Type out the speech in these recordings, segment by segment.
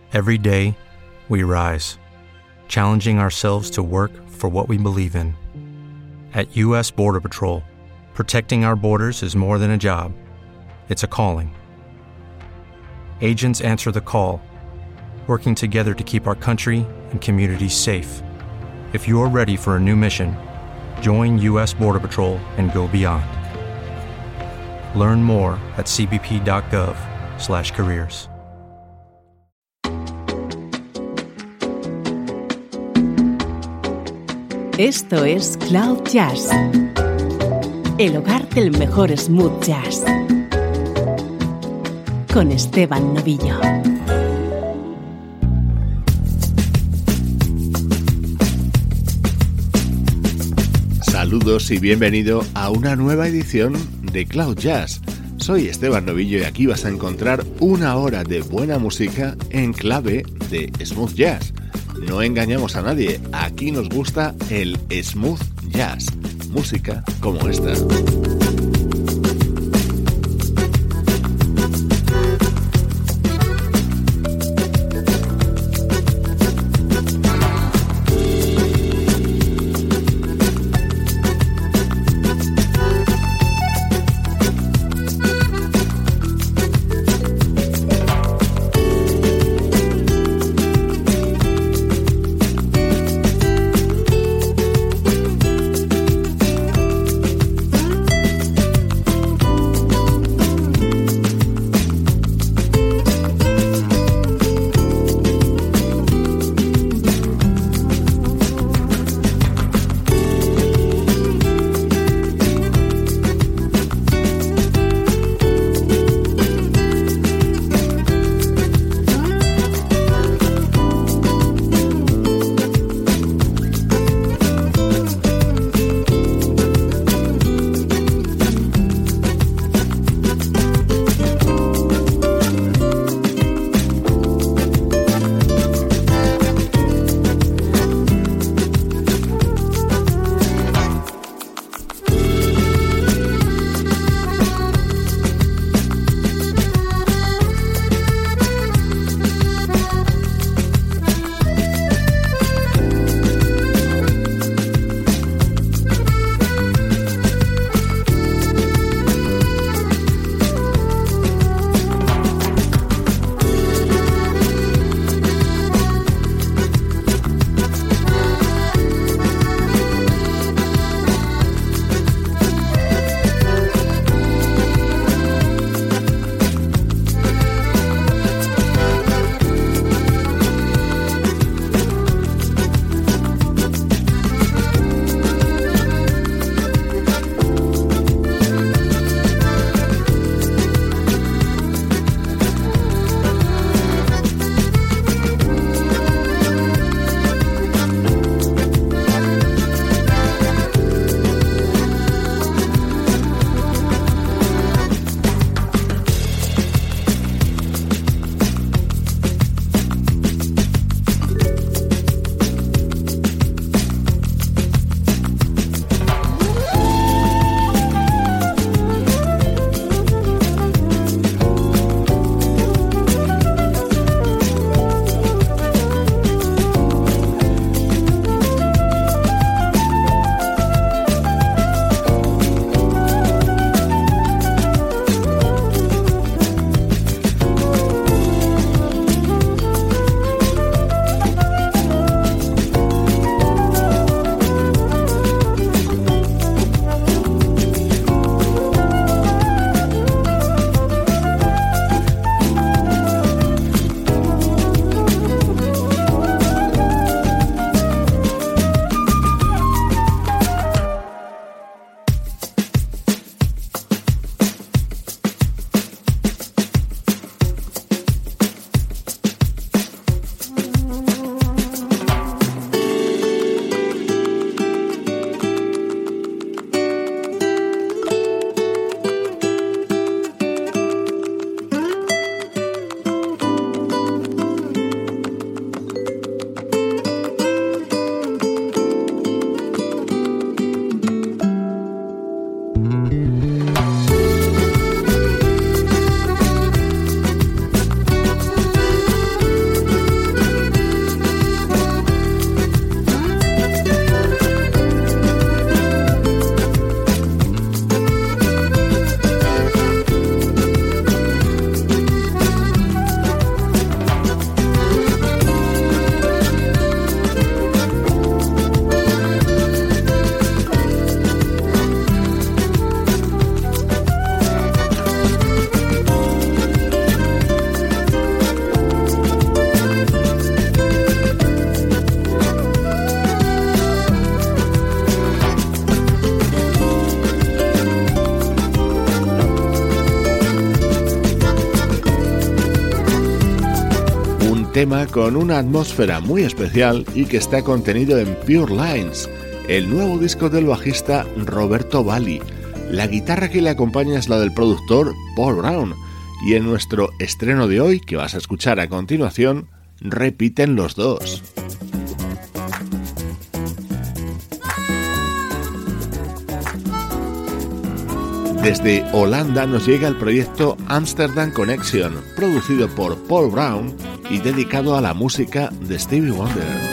Every day, we rise, challenging ourselves to work for what we believe in. At U.S. Border Patrol, protecting our borders is more than a job. It's a calling. Agents answer the call, working together to keep our country and communities safe. If you're ready for a new mission, join U.S. Border Patrol and go beyond. Learn more at cbp.gov/careers. Esto es Cloud Jazz, el hogar del mejor smooth jazz, con Esteban Novillo. Saludos y bienvenido a una nueva edición de Cloud Jazz. Soy Esteban Novillo y aquí vas a encontrar una hora de buena música en clave de smooth jazz. No engañamos a nadie, aquí nos gusta el smooth jazz, música como esta. un tema con una atmósfera muy especial y que está contenido en Pure Lines, el nuevo disco del bajista Roberto Valli. La guitarra que le acompaña es la del productor Paul Brown, y en nuestro estreno de hoy, que vas a escuchar a continuación, repiten los dos. Desde Holanda nos llega el proyecto Amsterdam Connection, producido por Paul Brown y dedicado a la música de Stevie Wonder.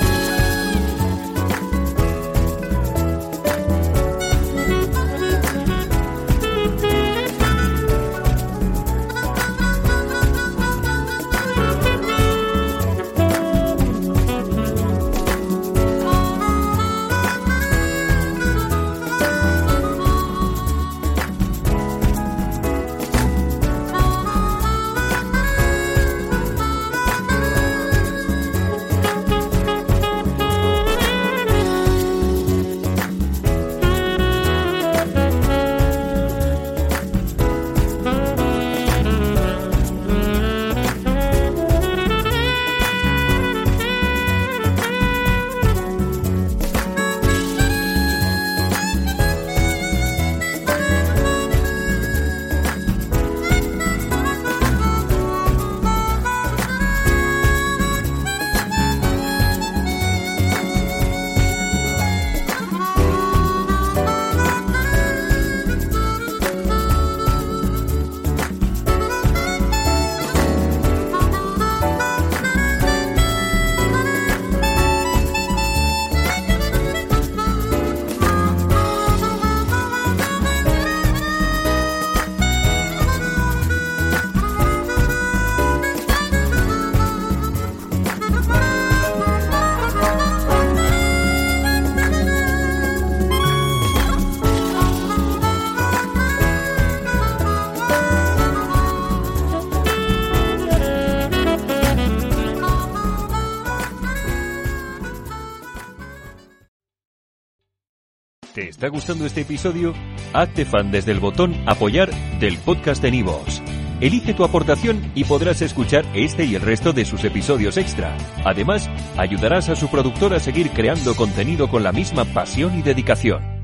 ¿Te está gustando este episodio? Hazte fan desde el botón Apoyar del podcast de iVoox. Elige tu aportación y podrás escuchar este y el resto de sus episodios extra. Además, ayudarás a su productor a seguir creando contenido con la misma pasión y dedicación.